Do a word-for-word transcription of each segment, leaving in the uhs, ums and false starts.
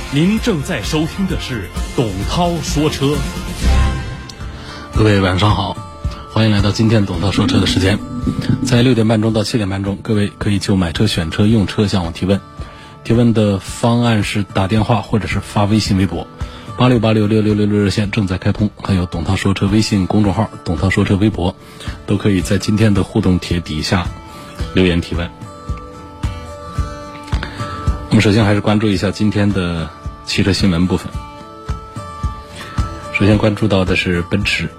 您正在收听的是董涛说车。 各位晚上好，欢迎来到今天董涛说车的时间。在六点半钟到七点半钟，各位可以就买车、选车、用车向我提问。提问的方案是打电话或者是发微信微博。八六八六六六六六热线正在开通，还有董涛说车微信公众号、董涛说车微博，都可以在今天的互动帖底下留言提问。我们首先还是关注一下今天的汽车新闻部分。首先关注到的是奔驰。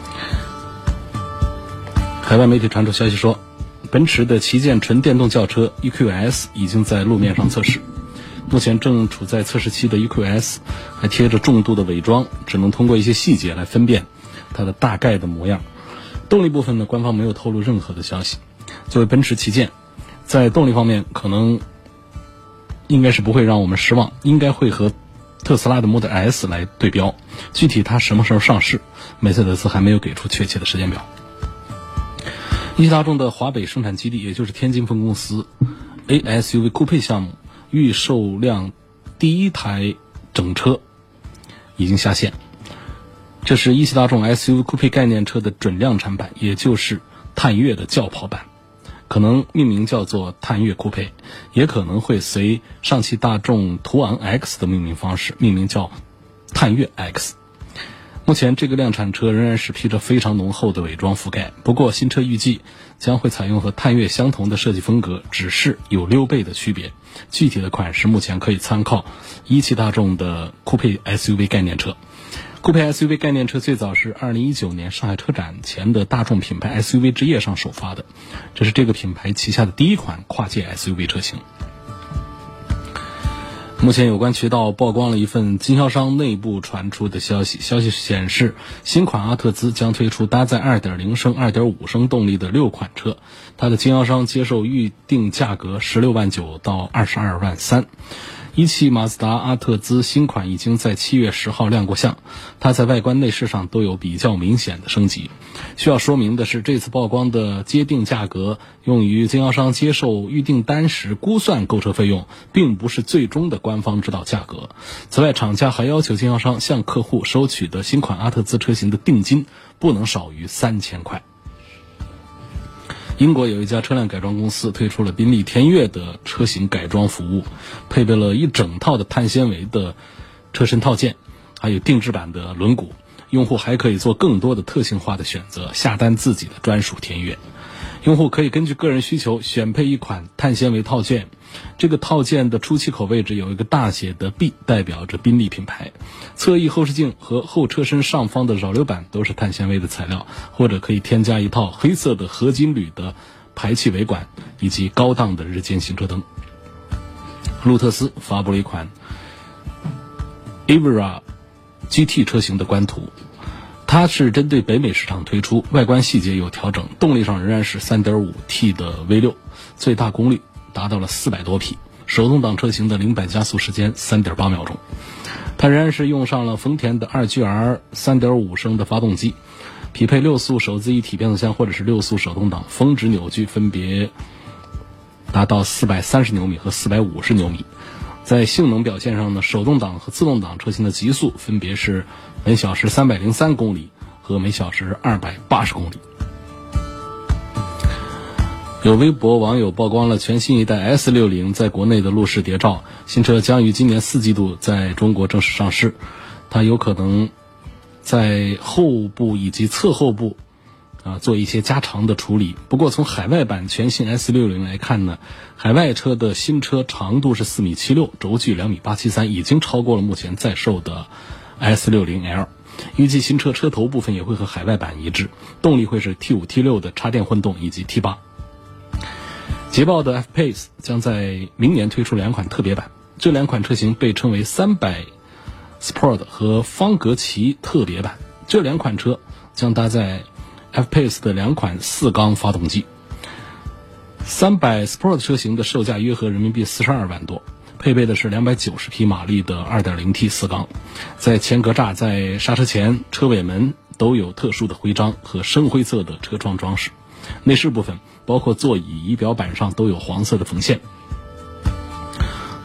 海外媒体传出消息说，奔驰的旗舰纯电动轿车 E Q S 已经在路面上测试。目前正处在测试期的 E Q S 还贴着重度的伪装，只能通过一些细节来分辨它的大概的模样。动力部分呢，官方没有透露任何的消息。作为奔驰旗舰，在动力方面可能应该是不会让我们失望，应该会和特斯拉的 Model S 来对标。具体它什么时候上市，梅赛德斯还没有给出确切的时间表。一汽大众的华北生产基地，也就是天津分公司 A S U V 酷配项目预售量第一台整车已经下线。这是一汽大众 S U V 酷配概念车的准量产版，也就是探岳的轿跑版，可能命名叫做探岳酷配，也可能会随上汽大众途昂 X 的命名方式，命名叫探岳 X。 目前这个量产车仍然是披着非常浓厚的伪装覆盖，不过新车预计将会采用和探岳相同的设计风格，只是有溜背的区别。具体的款式目前可以参考一汽大众的酷配 S U V 概念车。酷配 S U V 概念车最早是二零一九年上海车展前的大众品牌 S U V 之夜上首发的，这是这个品牌旗下的第一款跨界 S U V 车型。目前有关渠道曝光了一份经销商内部传出的消息，消息显示新款阿特兹将推出搭载 二点零 升、二点五 升动力的六款车，它的经销商接受预定价格十六万九到二十二万三。一汽马自达阿特兹新款已经在七月十号亮过相，它在外观内饰上都有比较明显的升级。需要说明的是，这次曝光的接定价格用于经销商接受预订单时估算购车费用，并不是最终的官方指导价格。此外，厂家还要求经销商向客户收取的新款阿特兹车型的定金不能少于三千块。英国有一家车辆改装公司推出了宾利天越的车型改装服务，配备了一整套的碳纤维的车身套件，还有定制版的轮毂，用户还可以做更多的特性化的选择，下单自己的专属天越。用户可以根据个人需求选配一款碳纤维套件，这个套件的出气口位置有一个大写的 B， 代表着宾利品牌。侧翼后视镜和后车身上方的扰流板都是碳纤维的材料，或者可以添加一套黑色的合金铝的排气尾管以及高档的日间行车灯。路特斯发布了一款 Evora G T 车型的官图，它是针对北美市场推出，外观细节有调整，动力上仍然是 三点五 T 的 V 六， 最大功率达到了四百多匹，手动挡车型的零百加速时间 三点八秒钟。它仍然是用上了丰田的 二 G R 三点五 升的发动机，匹配六速手自一体变速箱或者是六速手动挡，峰值扭矩分别达到四百三十牛米和四百五十牛米。在性能表现上呢，手动挡和自动挡车型的极速分别是每小时三百零三公里和每小时二百八十公里。有微博网友曝光了全新一代 S 六十 在国内的路试谍照，新车将于今年四季度在中国正式上市。它有可能在后部以及侧后部啊做一些加长的处理。不过从海外版全新 S 六十 来看呢，海外车的新车长度是四米七六，轴距两米八七三，已经超过了目前在售的 S 六十 L。预计新车车头部分也会和海外版一致，动力会是 T 五 T 六 的插电混动以及 T 八。捷豹的 F-Pace 将在明年推出两款特别版，这两款车型被称为三百 Sport 和方格奇特别版，这两款车将搭载 F-Pace 的两款四缸发动机。三百 Sport 车型的售价约合人民币四十二万多，配备的是两百九十匹马力的 二点零 T 四缸，在前格栅、在刹车前、车尾门都有特殊的徽章和深灰色的车窗装饰。内饰部分包括座椅、仪表板上都有黄色的缝线。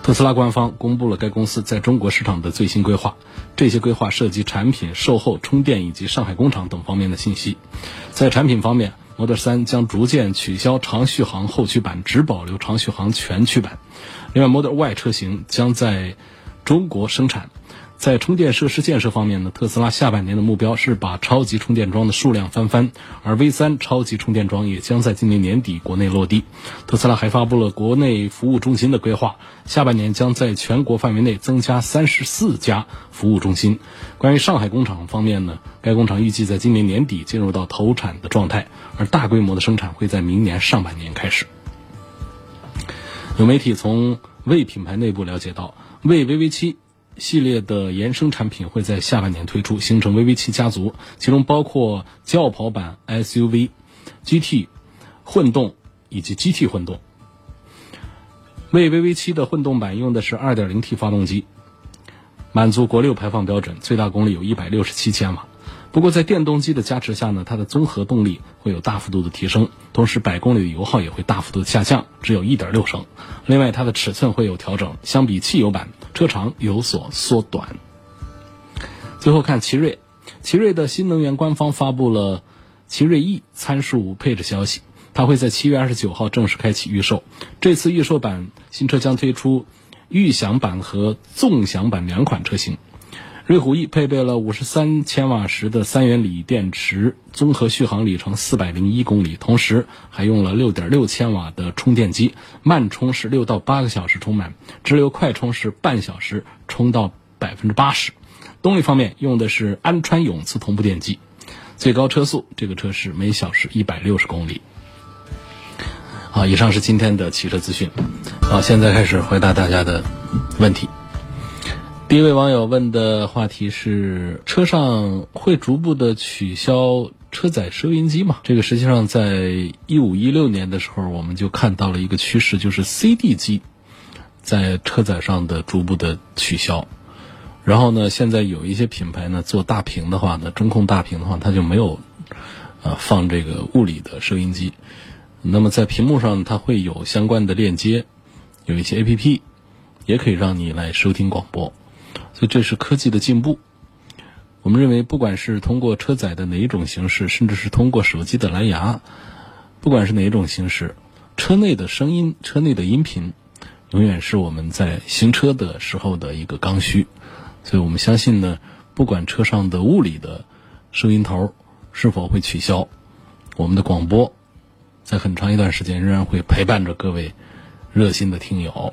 特斯拉官方公布了该公司在中国市场的最新规划，这些规划涉及产品、售后、充电以及上海工厂等方面的信息。在产品方面， Model 三将逐渐取消长续航后驱版，只保留长续航全驱版。另外 Model Y 车型将在中国生产。在充电设施建设方面呢，特斯拉下半年的目标是把超级充电桩的数量翻番，而 V 三 超级充电桩也将在今年年底国内落地。特斯拉还发布了国内服务中心的规划，下半年将在全国范围内增加三十四家服务中心。关于上海工厂方面呢，该工厂预计在今年年底进入到投产的状态，而大规模的生产会在明年上半年开始。有媒体从魏品牌内部了解到，魏 V V 七系列的衍生产品会在下半年推出，形成 V V 七家族，其中包括轿跑版 S U V、G T 混动以及 G T 混动。魏 V V 七的混动版用的是 二点零 T 发动机，满足国六排放标准，最大功率有一百六十七千瓦。不过在电动机的加持下呢，它的综合动力会有大幅度的提升，同时百公里的油耗也会大幅度的下降，只有 一点六升。另外它的尺寸会有调整，相比汽油版车长有所缩短。最后看奇瑞，奇瑞的新能源官方发布了奇瑞 E 参数配置消息，它会在七月二十九号正式开启预售。这次预售版新车将推出预享版和纵享版两款车型。瑞虎 E 配备了五十三千瓦时的三元锂电池，综合续航里程四百零一公里，同时还用了 六点六千瓦的充电机，慢充是六到八个小时充满，直流快充是半小时充到 百分之八十。 动力方面用的是安川永磁同步电机，最高车速这个车是每小时一百六十公里。好，以上是今天的汽车资讯。好，现在开始回答大家的问题。第一位网友问的话题是，车上会逐步的取消车载收音机吗？这个实际上在一五一六年的时候我们就看到了一个趋势，就是 C D 机在车载上的逐步的取消。然后呢，现在有一些品牌呢做大屏的话呢，中控大屏的话，它就没有呃放这个物理的收音机。那么在屏幕上它会有相关的链接，有一些 A P P 也可以让你来收听广播。所以这是科技的进步。我们认为不管是通过车载的哪一种形式，甚至是通过手机的蓝牙，不管是哪一种形式，车内的声音、车内的音频永远是我们在行车的时候的一个刚需。所以我们相信呢，不管车上的物理的收音头是否会取消，我们的广播在很长一段时间仍然会陪伴着各位热心的听友。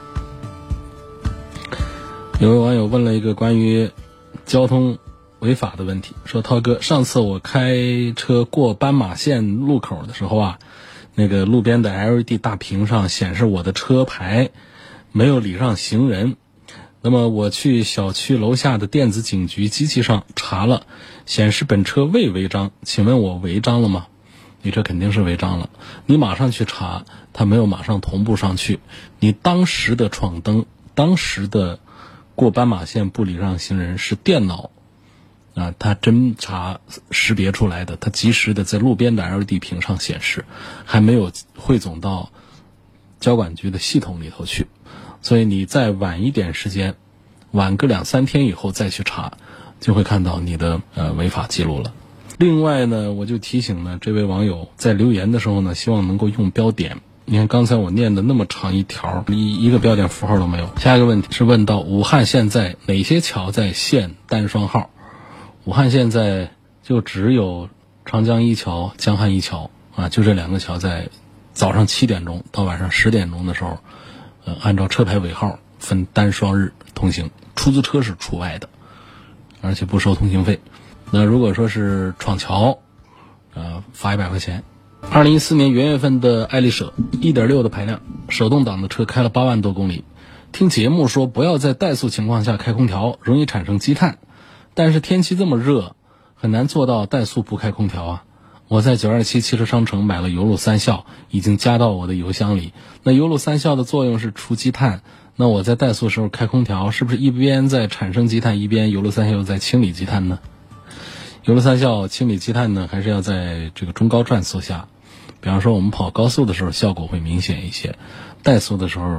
有位网友问了一个关于交通违法的问题，说涛哥，上次我开车过斑马线路口的时候啊，那个路边的 L E D 大屏上显示我的车牌没有礼让行人，那么我去小区楼下的电子警局机器上查了，显示本车未违章，请问我违章了吗？你这肯定是违章了，你马上去查，它没有马上同步上去，你当时的闯灯，当时的过斑马线不礼让行人是电脑啊，它侦查识别出来的，它及时的在路边的 L E D 屏上显示，还没有汇总到交管局的系统里头去。所以你再晚一点时间，晚个两三天以后再去查，就会看到你的呃违法记录了。另外呢，我就提醒呢这位网友在留言的时候呢，希望能够用标点。你看刚才我念的那么长一条，一一个标点符号都没有。下一个问题是问到武汉现在哪些桥在限单双号？武汉现在就只有长江一桥、江汉一桥啊，就这两个桥在早上七点钟到晚上十点钟的时候，呃，按照车牌尾号分单双日通行，出租车是除外的，而且不收通行费。那如果说是闯桥，呃，罚一百块钱。二零一四年元月份的爱丽舍 一点六 的排量手动挡的车开了八万多公里，听节目说不要在怠速情况下开空调，容易产生积碳，但是天气这么热，很难做到怠速不开空调啊。我在九二七汽车商城买了油路三效，已经加到我的油箱里。那油路三效的作用是除积碳，那我在怠速时候开空调，是不是一边在产生积碳，一边油路三效在清理积碳呢？油路三效清理积碳呢，还是要在这个中高转速下，比方说我们跑高速的时候效果会明显一些，怠速的时候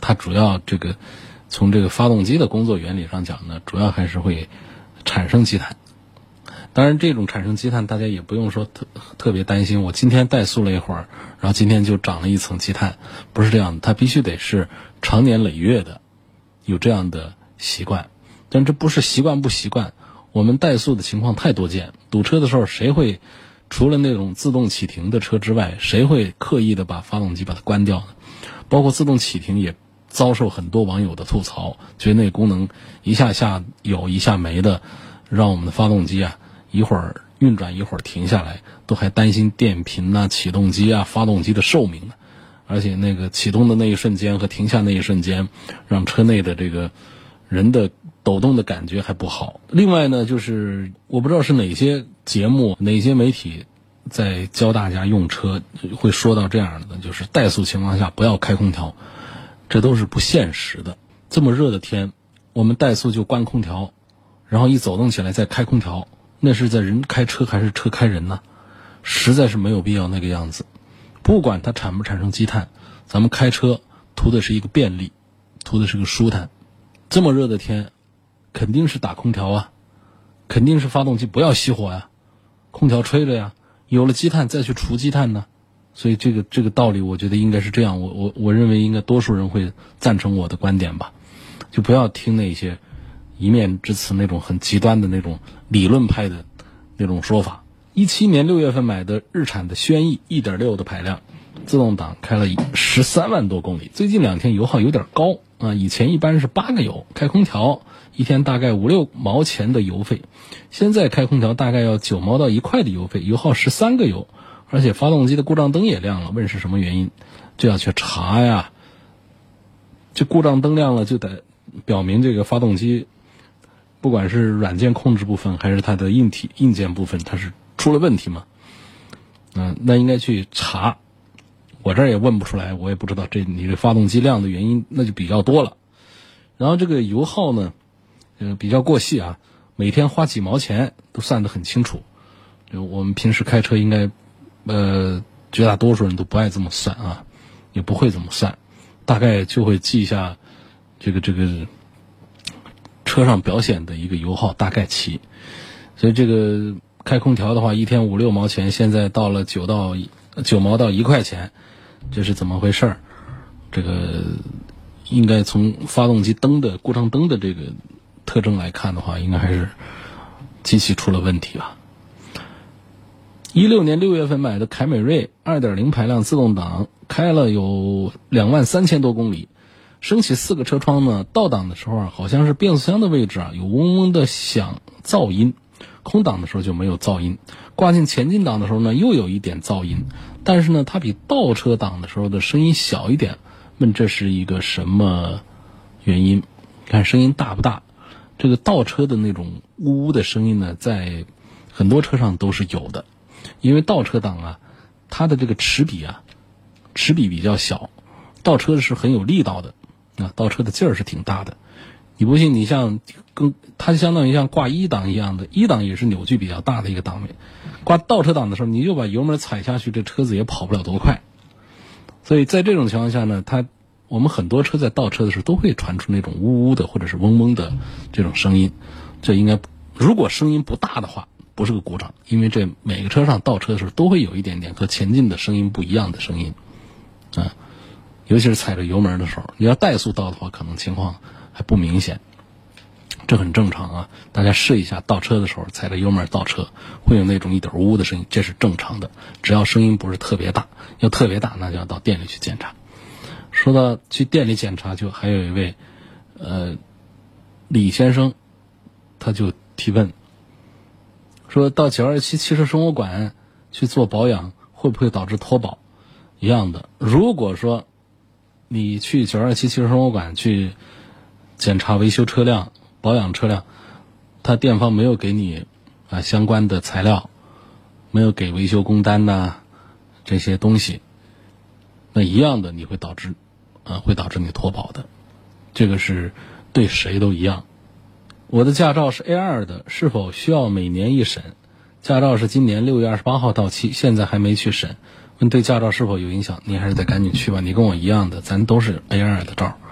它主要这个从这个发动机的工作原理上讲呢，主要还是会产生积碳。当然这种产生积碳大家也不用说特特别担心，我今天怠速了一会儿，然后今天就长了一层积碳，不是这样的，它必须得是长年累月的有这样的习惯。但这不是习惯不习惯，我们怠速的情况太多见，堵车的时候谁会除了那种自动启停的车之外，谁会刻意的把发动机把它关掉呢？包括自动启停也遭受很多网友的吐槽，觉得那功能一下下有一下没的，让我们的发动机啊一会儿运转一会儿停下来，都还担心电瓶啊、启动机啊、发动机的寿命呢。而且那个启动的那一瞬间和停下那一瞬间，让车内的这个人的抖动的感觉还不好。另外呢，就是我不知道是哪些节目、哪些媒体在教大家用车会说到这样的，就是怠速情况下不要开空调，这都是不现实的。这么热的天，我们怠速就关空调，然后一走动起来再开空调，那是在人开车还是车开人呢？实在是没有必要那个样子。不管它产不产生积碳，咱们开车图的是一个便利，图的是个舒坦。这么热的天，肯定是打空调啊，肯定是发动机不要熄火呀，空调吹着呀，有了积碳再去除积碳呢。所以这个这个道理我觉得应该是这样，我我我认为应该多数人会赞成我的观点吧。就不要听那些一面之词，那种很极端的那种理论派的那种说法。一七年六月份买的日产的轩逸 一点六 的排量自动挡，开了十三万多公里，最近两天油耗有点高啊，以前一般是八个油，开空调一天大概五六毛钱的油费，现在开空调大概要九毛到一块的油费，油耗十三个油，而且发动机的故障灯也亮了，问是什么原因，就要去查呀。这故障灯亮了就得表明这个发动机不管是软件控制部分还是它的硬体硬件部分，它是出了问题嘛？嗯，那应该去查。我这儿也问不出来，我也不知道这你这发动机亮的原因，那就比较多了。然后这个油耗呢，呃，比较过细啊，每天花几毛钱都算得很清楚。就我们平时开车应该，呃，绝大多数人都不爱这么算啊，也不会这么算，大概就会记一下这个这个车上表显的一个油耗大概齐。所以这个开空调的话，一天五六毛钱，现在到了九到九毛到一块钱，这是怎么回事儿？这个应该从发动机灯的故障灯的这个特征来看的话，应该还是机器出了问题吧。一六年六月份买的凯美瑞 二点零 排量自动挡，开了有两万三千多公里，升起四个车窗呢，倒档的时候啊，好像是变速箱的位置啊有嗡嗡的响噪音，空档的时候就没有噪音，挂进前进档的时候呢又有一点噪音，但是呢它比倒车档的时候的声音小一点。问这是一个什么原因？看声音大不大？这个倒车的那种呜呜的声音呢，在很多车上都是有的，因为倒车档啊，它的这个齿比啊，齿比比较小，倒车是很有力道的啊，倒车的劲儿是挺大的。你不信，你像跟它相当于像挂一档一样的，一档也是扭矩比较大的一个档位，挂倒车档的时候，你就把油门踩下去，这车子也跑不了多快。所以在这种情况下呢，它我们很多车在倒车的时候都会传出那种呜呜的或者是嗡嗡的这种声音，这应该如果声音不大的话，不是个故障，因为这每个车上倒车的时候都会有一点点和前进的声音不一样的声音啊，尤其是踩着油门的时候，你要怠速倒的话，可能情况还不明显，这很正常啊。大家试一下，倒车的时候踩着油门倒车，会有那种一点呜呜的声音，这是正常的。只要声音不是特别大，要特别大，那就要到店里去检查。说到去店里检查，就还有一位，呃，李先生，他就提问，说到九二七汽车生活馆去做保养，会不会导致脱保？一样的，如果说你去九二七汽车生活馆去检查维修车辆、保养车辆，他店方没有给你啊相关的材料，没有给维修工单呐这些东西，那一样的你会导致啊会导致你脱保的，这个是对谁都一样。我的驾照是 A 二 的，是否需要每年一审？驾照是今年六月二十八号到期，现在还没去审，问对驾照是否有影响？你还是得赶紧去吧，你跟我一样的，咱都是 A 二 的照，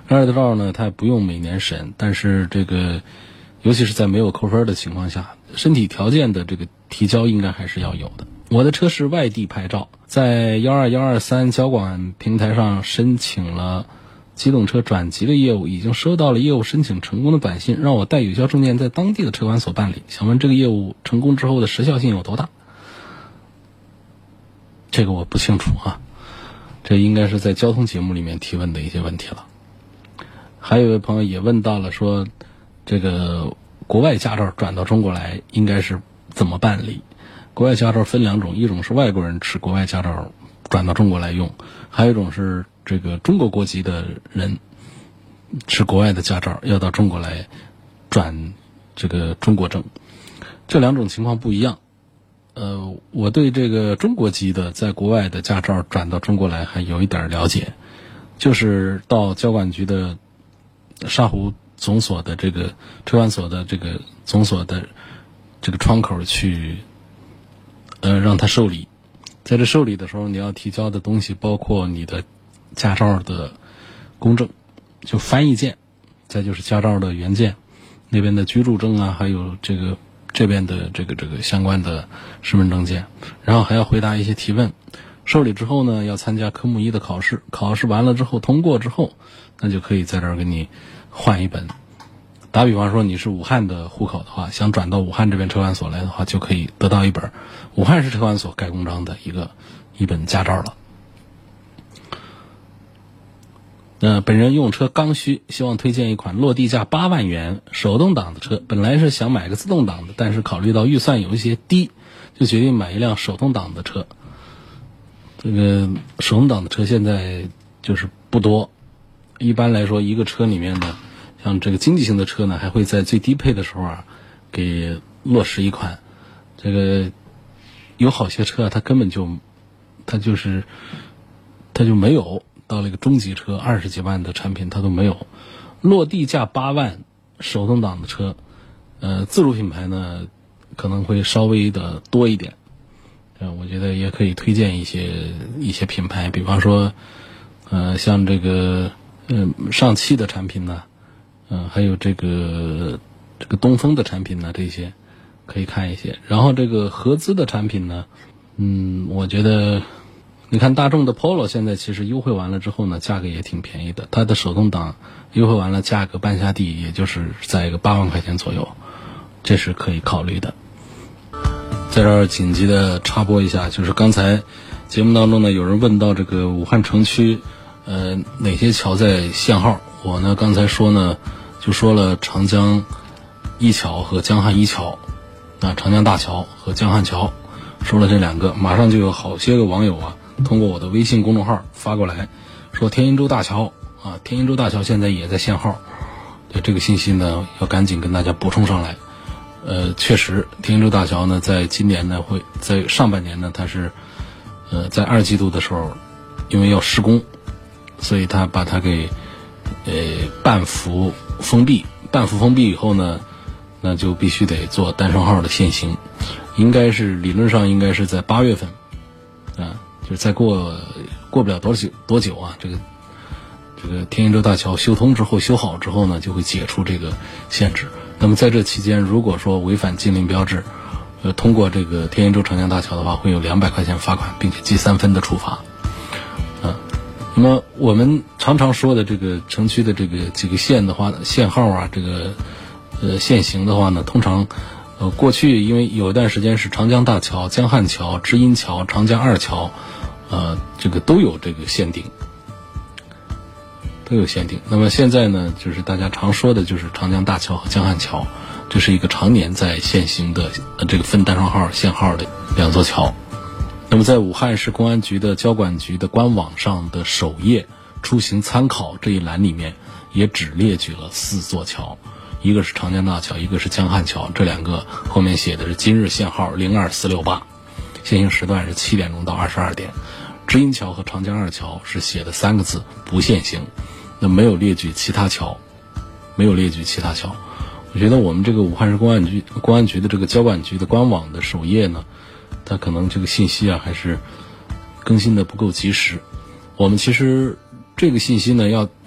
让二的照呢，它不用每年审，但是这个尤其是在没有扣分的情况下，身体条件的这个提交应该还是要有的。我的车是外地牌照，在一二一二三交管平台上申请了机动车转籍的业务，已经收到了业务申请成功的短信，让我带有效证件在当地的车管所办理。想问这个业务成功之后的时效性有多大？这个我不清楚啊，这应该是在交通节目里面提问的一些问题了。还有一位朋友也问到了说，这个国外驾照转到中国来应该是怎么办理？国外驾照分两种，一种是外国人持国外驾照转到中国来用，还有一种是这个中国国籍的人持国外的驾照要到中国来转这个中国证。这两种情况不一样。呃，我对这个中国籍的在国外的驾照转到中国来还有一点了解，就是到交管局的沙湖总所的这个车管所的这个总所的这个窗口去呃，让他受理。在这受理的时候，你要提交的东西包括你的驾照的公证，就翻译件，再就是驾照的原件，那边的居住证啊，还有这个这边的这个这个相关的身份证件，然后还要回答一些提问。受理之后呢，要参加科目一的考试，考试完了之后通过之后，那就可以在这儿给你换一本。打比方说你是武汉的户口的话，想转到武汉这边车管所来的话，就可以得到一本武汉市车管所盖公章的一个一本驾照了。呃，本人用车刚需，希望推荐一款落地价八万元手动挡的车。本来是想买个自动挡的，但是考虑到预算有一些低，就决定买一辆手动挡的车。这个手动挡的车现在就是不多，一般来说一个车里面呢，像这个经济型的车呢，还会在最低配的时候啊，给落实一款。这个有好些车啊，它根本就，它就是，它就没有。到了一个中级车，二十几万的产品它都没有。落地价八万手动挡的车，呃，自主品牌呢可能会稍微的多一点。呃，我觉得也可以推荐一些一些品牌，比方说，呃，像这个嗯、呃、上汽的产品呢。嗯、呃，还有这个这个东风的产品呢，这些可以看一些。然后这个合资的产品呢，嗯，我觉得你看大众的 Polo 现在其实优惠完了之后呢，价格也挺便宜的。它的手动挡优惠完了，价格半下地，也就是在一个八万块钱左右，这是可以考虑的。在这儿紧急的插播一下，就是刚才节目当中呢，有人问到这个武汉城区，呃，哪些桥在限号？我呢刚才说呢。就说了长江一桥和江汉一桥，啊，长江大桥和江汉桥，说了这两个，马上就有好些个网友啊，通过我的微信公众号发过来，说天津洲大桥啊，天津洲大桥现在也在限号，对这个信息呢，要赶紧跟大家补充上来。呃，确实，天津洲大桥呢，在今年呢，会在上半年呢，它是，呃，在二季度的时候，因为要施工，所以它把它给，呃，半幅。封闭半幅封闭以后呢，那就必须得做单双号的限行，应该是理论上应该是在八月份啊，就是再过过不了多久多久啊，这个这个天津洲大桥修通之后修好之后呢，就会解除这个限制。那么在这期间，如果说违反禁令标志，呃，通过这个天津洲长江大桥的话，会有两百块钱罚款，并且记三分的处罚。啊，那么我们常常说的这个城区的这个几个县的话，限号啊，这个呃限行的话呢，通常呃过去因为有一段时间是长江大桥、江汉桥、知音桥、长江二桥，呃，这个都有这个限定。都有限定。那么现在呢，就是大家常说的就是长江大桥和江汉桥，这是一个常年在限行的呃这个分单双号限号的两座桥。那么在武汉市公安局的交管局的官网上的首页出行参考这一栏里面，也只列举了四座桥，一个是长江大桥，一个是江汉桥，这两个后面写的是今日限号零二四六八，限行时段是七点钟到二十二点。知音桥和长江二桥是写的三个字不限行，那没有列举其他桥，没有列举其他桥。我觉得我们这个武汉市公安局公安局的这个交管局的官网的首页呢，它可能这个信息啊还是更新的不够及时。我们其实这个信息呢要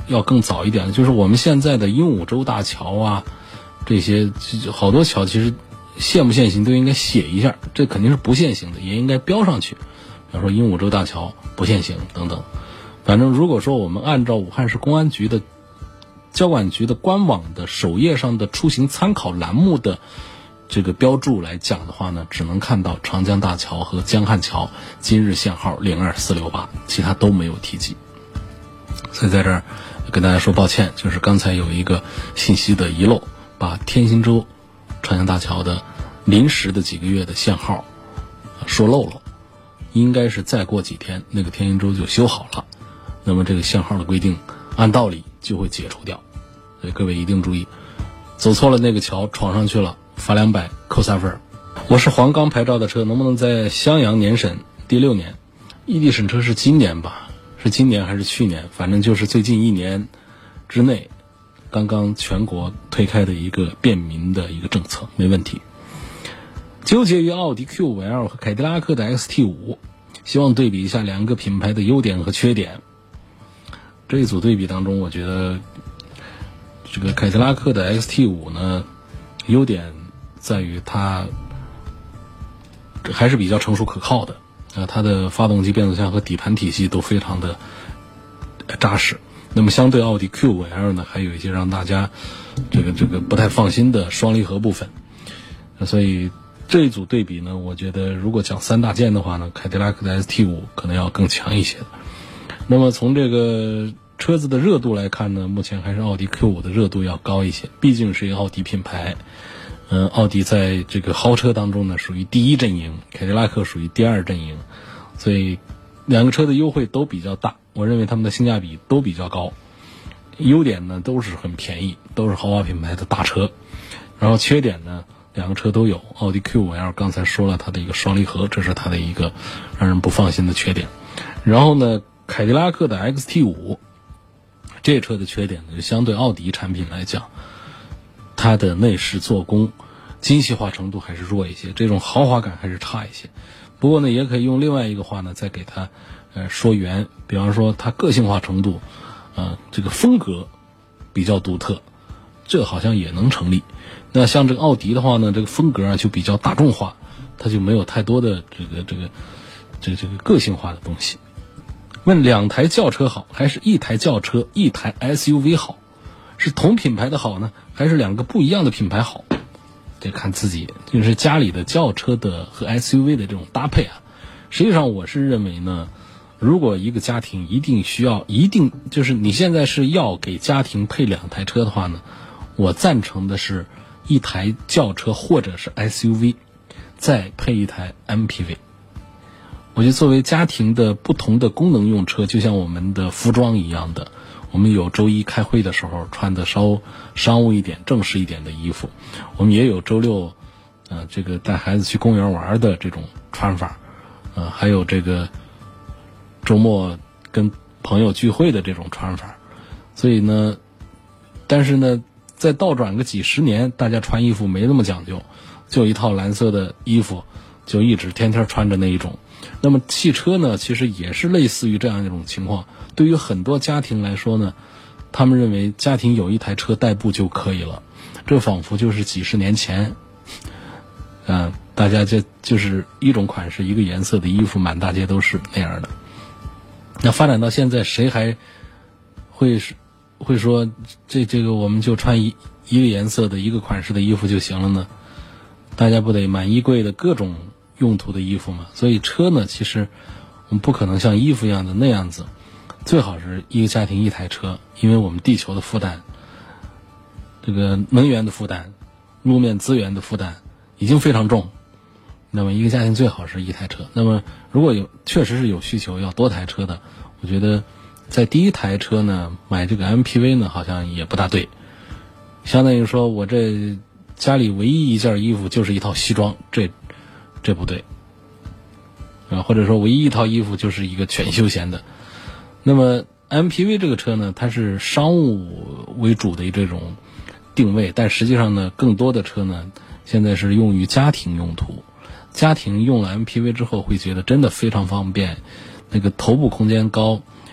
要更早一点，就是我们现在的鹦鹉洲大桥啊，这些好多桥其实限不限行都应该写一下，这肯定是不限行的，也应该标上去，比方说鹦鹉洲大桥不限行等等。反正如果说我们按照武汉市公安局的交管局的官网的首页上的出行参考栏目的这个标注来讲的话呢，只能看到长江大桥和江汉桥今日限号零二四六八，其他都没有提及。所以在这儿跟大家说抱歉，就是刚才有一个信息的遗漏，把天兴洲长江大桥的临时的几个月的限号说漏了，应该是再过几天那个天兴洲就修好了，那么这个限号的规定按道理就会解除掉。所以各位一定注意，走错了那个桥闯上去了，罚两百扣三分。我是黄冈牌照的车，能不能在襄阳年审？第六年，异地审车是今年吧？是今年还是去年？反正就是最近一年之内，刚刚全国推开的一个便民的一个政策，没问题。纠结于奥迪 Q 五 L 和凯迪拉克的 X T 五，希望对比一下两个品牌的优点和缺点。这一组对比当中，我觉得这个凯迪拉克的 X T 五 呢，优点在于它还是比较成熟可靠的，啊，它的发动机、变速箱和底盘体系都非常的扎实。那么相对奥迪 Q 五 L 呢，还有一些让大家这个这个不太放心的双离合部分。所以这一组对比呢，我觉得如果讲三大件的话呢，凯迪拉克的 X T 五 可能要更强一些。那么从这个车子的热度来看呢，目前还是奥迪 Q 五 的热度要高一些，毕竟是一个奥迪品牌。嗯，奥迪在这个豪车当中呢属于第一阵营，凯迪拉克属于第二阵营，所以两个车的优惠都比较大，我认为他们的性价比都比较高。优点呢都是很便宜，都是豪华品牌的大车。然后缺点呢，两个车都有。奥迪 Q 五 L 刚才说了它的一个双离合，这是它的一个让人不放心的缺点。然后呢，凯迪拉克的 X T 五 这车的缺点呢，就相对奥迪产品来讲，它的内饰做工精细化程度还是弱一些，这种豪华感还是差一些。不过呢，也可以用另外一个话呢再给它呃说圆，比方说它个性化程度呃这个风格比较独特，这好像也能成立。那像这个奥迪的话呢，这个风格啊就比较大众化，它就没有太多的这个这个这个这个个性化的东西。问两台轿车好，还是一台轿车一台 S U V 好？是同品牌的好呢，还是两个不一样的品牌好？得看自己，就是家里的轿车的和 S U V 的这种搭配啊。实际上我是认为呢，如果一个家庭一定需要，一定就是你现在是要给家庭配两台车的话呢，我赞成的是一台轿车或者是 S U V， 再配一台 M P V。我觉得作为家庭的不同的功能用车，就像我们的服装一样的，我们有周一开会的时候穿的稍商务一点、正式一点的衣服，我们也有周六，呃，这个带孩子去公园玩的这种穿法，呃，还有这个周末跟朋友聚会的这种穿法。所以呢，但是呢，再倒转个几十年，大家穿衣服没那么讲究，就一套蓝色的衣服，就一直天天穿着那一种。那么汽车呢，其实也是类似于这样一种情况。对于很多家庭来说呢，他们认为家庭有一台车代步就可以了，这仿佛就是几十年前，呃，大家就就是一种款式、一个颜色的衣服，满大街都是那样的。那发展到现在，谁还会会说这这个我们就穿一一个颜色的一个款式的衣服就行了呢？大家不得满衣柜的各种用途的衣服嘛？所以车呢，其实我们不可能像衣服一样的那样子。最好是一个家庭一台车，因为我们地球的负担，这个能源的负担，路面资源的负担已经非常重。那么一个家庭最好是一台车。那么如果有确实是有需求要多台车的，我觉得在第一台车呢买这个 M P V 呢好像也不大对。相当于说我这家里唯一一件衣服就是一套西装，这这不对啊，或者说唯一一套衣服就是一个全休闲的。那么 M P V 这个车呢，它是商务为主的这种定位，但实际上呢，更多的车呢，现在是用于家庭用途。家庭用了 M P V 之后，会觉得真的非常方便，那个头部空间高，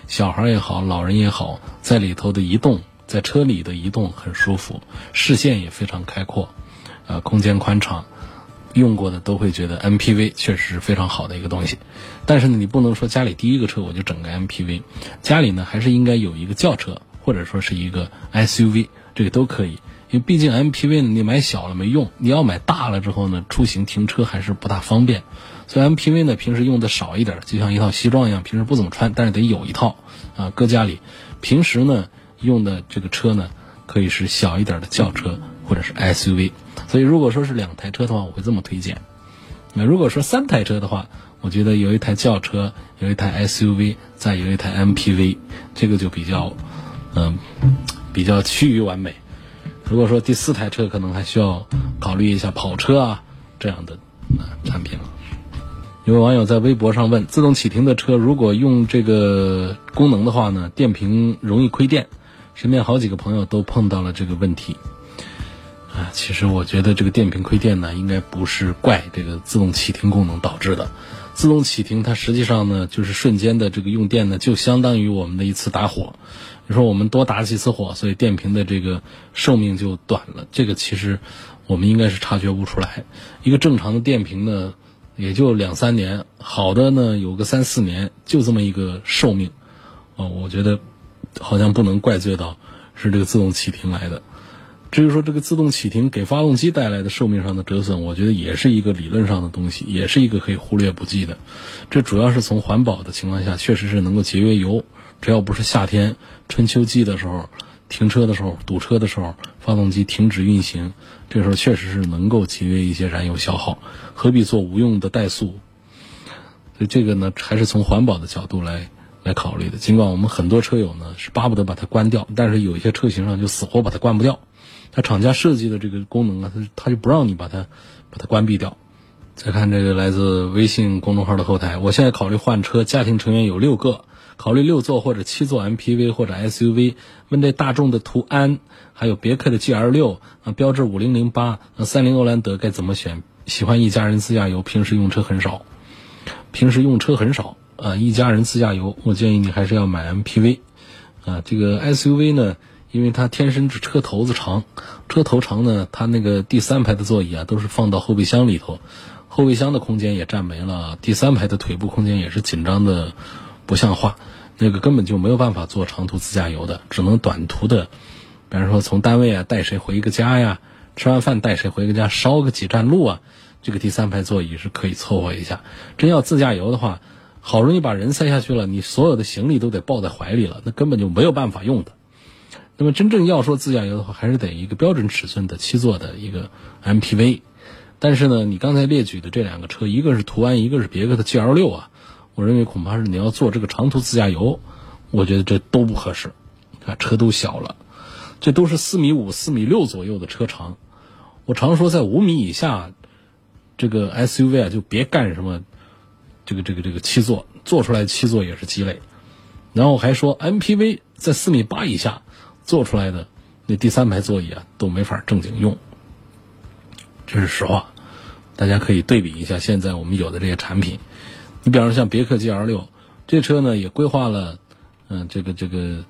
小孩也好，老人也好，在里头的移动，在车里的移动很舒服，视线也非常开阔，呃，空间宽敞，用过的都会觉得 M P V 确实是非常好的一个东西。但是呢，你不能说家里第一个车我就整个 M P V， 家里呢还是应该有一个轿车，或者说是一个 S U V， 这个都可以。因为毕竟 M P V 呢，你买小了没用，你要买大了之后呢，出行停车还是不大方便。所以 M P V 呢，平时用的少一点，就像一套西装一样，平时不怎么穿，但是得有一套啊，搁家里。平时呢用的这个车呢，可以是小一点的轿车或者是 S U V。所以如果说是两台车的话，我会这么推荐。那如果说三台车的话，我觉得有一台轿车，有一台 S U V， 再有一台 M P V， 这个就比较嗯、呃、比较趋于完美。如果说第四台车可能还需要考虑一下跑车啊这样的、呃、产品了。有位网友在微博上问，自动启停的车如果用这个功能的话呢，电瓶容易亏电，身边好几个朋友都碰到了这个问题啊。其实我觉得这个电瓶亏电呢，应该不是怪这个自动启停功能导致的。自动启停它实际上呢，就是瞬间的这个用电呢，就相当于我们的一次打火。你说我们多打几次火，所以电瓶的这个寿命就短了，这个其实我们应该是察觉不出来。一个正常的电瓶呢，也就两三年，好的呢有个三四年，就这么一个寿命。哦，我觉得好像不能怪罪到是这个自动启停来的。至于说这个自动启停给发动机带来的寿命上的折损，我觉得也是一个理论上的东西，也是一个可以忽略不计的。这主要是从环保的情况下，确实是能够节约油。只要不是夏天春秋季的时候，停车的时候堵车的时候，发动机停止运行，这时候确实是能够节约一些燃油消耗，何必做无用的怠速。所以这个呢，还是从环保的角度来来考虑的。尽管我们很多车友呢是巴不得把它关掉，但是有一些车型上就死活把它关不掉，它厂家设计的这个功能啊，它它就不让你把它把它关闭掉。再看这个来自微信公众号的后台，我现在考虑换车，家庭成员有六个，考虑六座或者七座 M P V 或者 S U V， 问这大众的途安，还有别克的 G L 六， 啊，标致五零零八，啊，三菱欧蓝德该怎么选？喜欢一家人自驾游，平时用车很少，平时用车很少啊，一家人自驾游，我建议你还是要买 M P V， 啊，这个 S U V 呢，因为它天生是车头子长，车头长呢，它那个第三排的座椅啊，都是放到后备箱里头，后备箱的空间也占没了，第三排的腿部空间也是紧张的不像话，那个根本就没有办法做长途自驾游的，只能短途的，比方说从单位啊带谁回一个家呀，吃完饭带谁回个家，烧个几站路啊，这个第三排座椅是可以凑合一下。真要自驾游的话，好容易把人塞下去了，你所有的行李都得抱在怀里了，那根本就没有办法用的。那么真正要说自驾游的话，还是得一个标准尺寸的七座的一个 M P V。但是呢，你刚才列举的这两个车，一个是途安，一个是别克的 G L 六 啊，我认为恐怕是你要做这个长途自驾游，我觉得这都不合适。啊，车都小了，这都是四米五、四米六左右的车长。我常说，在五米以下，这个 S U V 啊，就别干什么这个这个这个七座，做出来七座也是鸡肋。然后还说 M P V 在四米八以下做出来的那第三排座椅啊，都没法正经用。这是实话，大家可以对比一下现在我们有的这些产品。你比方说像别克 G L 六 这车呢，也规划了嗯、呃、这个这个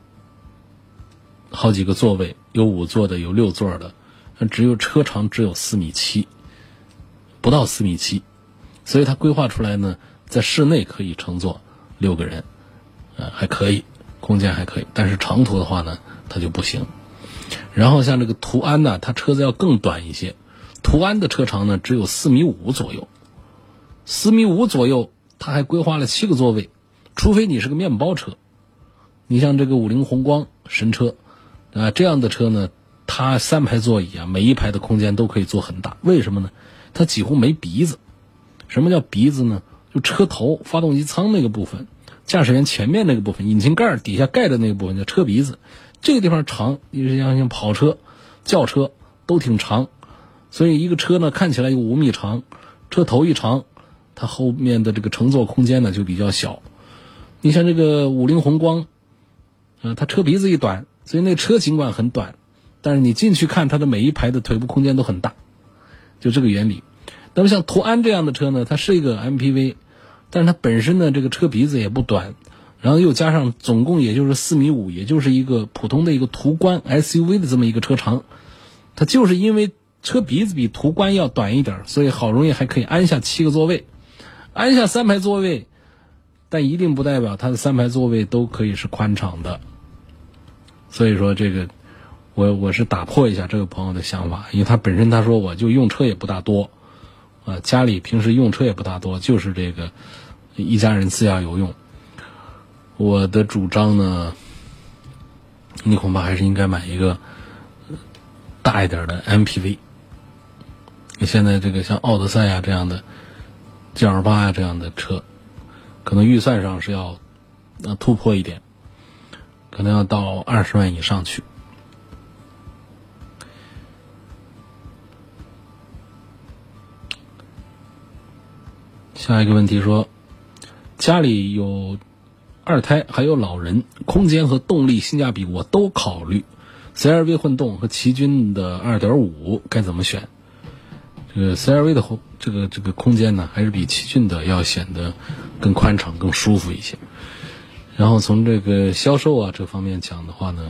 好几个座位，有五座的，有六座的，只有车长只有四米七，不到四米七，所以它规划出来呢，在室内可以乘坐六个人，呃还可以，空间还可以，但是长途的话呢，它就不行。然后像这个途安呢，它车子要更短一些，途安的车长呢只有四米五左右，四米五左右，它还规划了七个座位，除非你是个面包车。你像这个五菱宏光神车啊，这样的车呢，它三排座椅啊，每一排的空间都可以做很大。为什么呢？它几乎没鼻子。什么叫鼻子呢？就车头、发动机舱那个部分，驾驶员前面那个部分，引擎盖底下盖的那个部分叫车鼻子。这个地方长，你像像跑车、轿车都挺长，所以一个车呢看起来有五米长，车头一长，它后面的这个乘坐空间呢就比较小。你像这个五菱宏光，呃，它车鼻子一短，所以那车尽管很短，但是你进去看它的每一排的腿部空间都很大，就这个原理。那么像途安这样的车呢，它是一个 M P V， 但是它本身呢这个车鼻子也不短， 然后又加上总共也就是四米五，也就是一个普通的一个途观 S U V 的这么一个车长，它就是因为车鼻子比途观要短一点，所以好容易还可以安下七个座位，安下三排座位，但一定不代表它的三排座位都可以是宽敞的。所以说这个我我是打破一下这个朋友的想法，因为他本身他说我就用车也不大多啊，家里平时用车也不大多，就是这个一家人自驾游用。我的主张呢，你恐怕还是应该买一个大一点的 M P V。现在这个像奥德赛啊这样的 G L 八 啊这样的车，可能预算上是要呃突破一点，可能要到二十万以上去。下一个问题说，家里有二胎还有老人，空间和动力性价比我都考虑， C R V 混动和奇骏的 二点五 该怎么选？这个 C R V 的这个这个空间呢，还是比奇骏的要显得更宽敞更舒服一些。然后从这个销售啊这方面讲的话呢，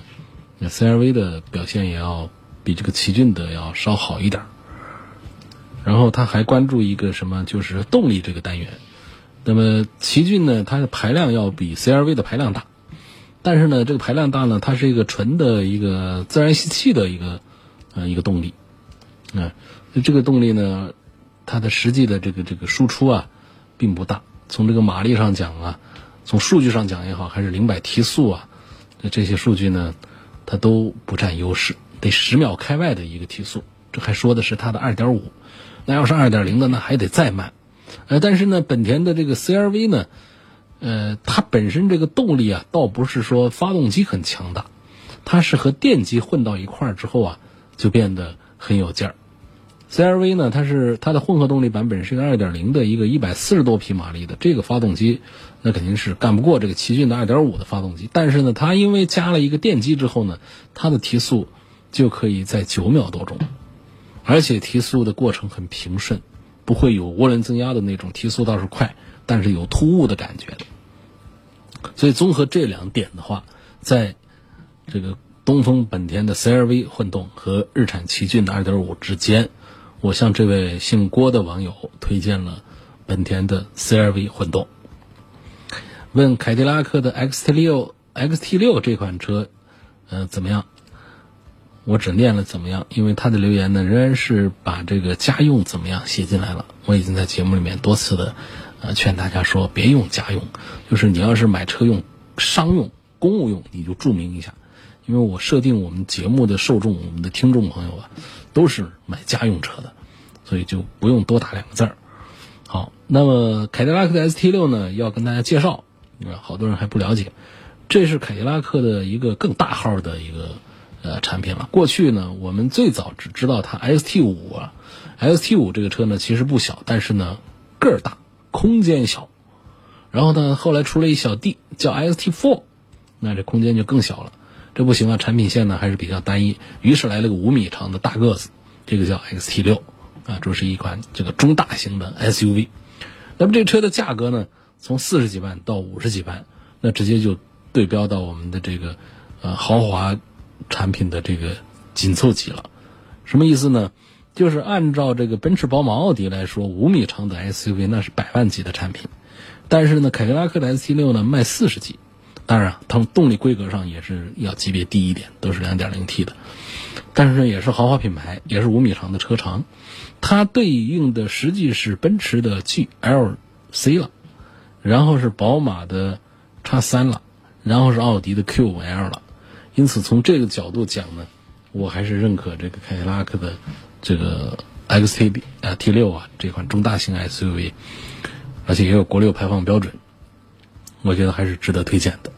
C R V 的表现也要比这个奇骏的要稍好一点。然后他还关注一个什么，就是动力这个单元。那么奇骏呢，它的排量要比 C R V 的排量大，但是呢，这个排量大呢，它是一个纯的一个自然吸气的一个呃一个动力，啊、呃，这个动力呢，它的实际的这个这个输出啊，并不大。从这个马力上讲啊，从数据上讲也好，还是零百提速啊，这些数据呢，它都不占优势，得十秒开外的一个提速，这还说的是它的 二点五， 那要是 二点零 的那还得再慢。呃，但是呢，本田的这个 C R V 呢，呃，它本身这个动力啊，倒不是说发动机很强大，它是和电机混到一块儿之后啊，就变得很有劲儿。C R V 呢，它是它的混合动力版本是个 二点零 的一个一百四十多匹马力的这个发动机，那肯定是干不过这个奇骏的 二点五 的发动机。但是呢，它因为加了一个电机之后呢，它的提速就可以在九秒多钟，而且提速的过程很平顺。不会有涡轮增压的那种提速倒是快，但是有突兀的感觉的。所以综合这两点的话，在这个东风本田的 C R V 混动和日产奇骏的 二点五 之间，我向这位姓郭的网友推荐了本田的 C R V 混动。问凯迪拉克的 X T 六 X T 六 这款车呃怎么样？我只念了怎么样，因为他的留言呢仍然是把这个家用怎么样写进来了。我已经在节目里面多次的呃劝大家说别用家用，就是你要是买车用商用公务用你就注明一下，因为我设定我们节目的受众，我们的听众朋友啊都是买家用车的，所以就不用多打两个字儿。好，那么凯迪拉克的 S T 六 呢要跟大家介绍，好多人还不了解，这是凯迪拉克的一个更大号的一个呃，产品了。过去呢，我们最早只知道它 X T 五 啊 ，X T 五 这个车呢其实不小，但是呢个儿大，空间小。然后呢，后来出了一小弟叫 X T 四， 那这空间就更小了。这不行啊，产品线呢还是比较单一，于是来了个五米长的大个子，这个叫 X T 六 啊，这是一款这个中大型的 S U V。那么这车的价格呢，从四十几万到五十几万，那直接就对标到我们的这个呃豪华产品的这个紧凑级了。什么意思呢？就是按照这个奔驰宝马奥迪来说，五米长的 S U V 那是百万级的产品，但是呢凯迪拉克的 S T 六 呢卖四十几，当然它们动力规格上也是要级别低一点，都是 两点零 T 的，但是呢也是豪华品牌，也是五米长的车长。它对应的实际是奔驰的 G L C 了，然后是宝马的 X 三 了，然后是奥迪的 Q 五 L 了。因此从这个角度讲呢，我还是认可这个凯迪拉克的这个 X T 啊 T 六 啊这款中大型 S U V， 而且也有国六排放标准，我觉得还是值得推荐的。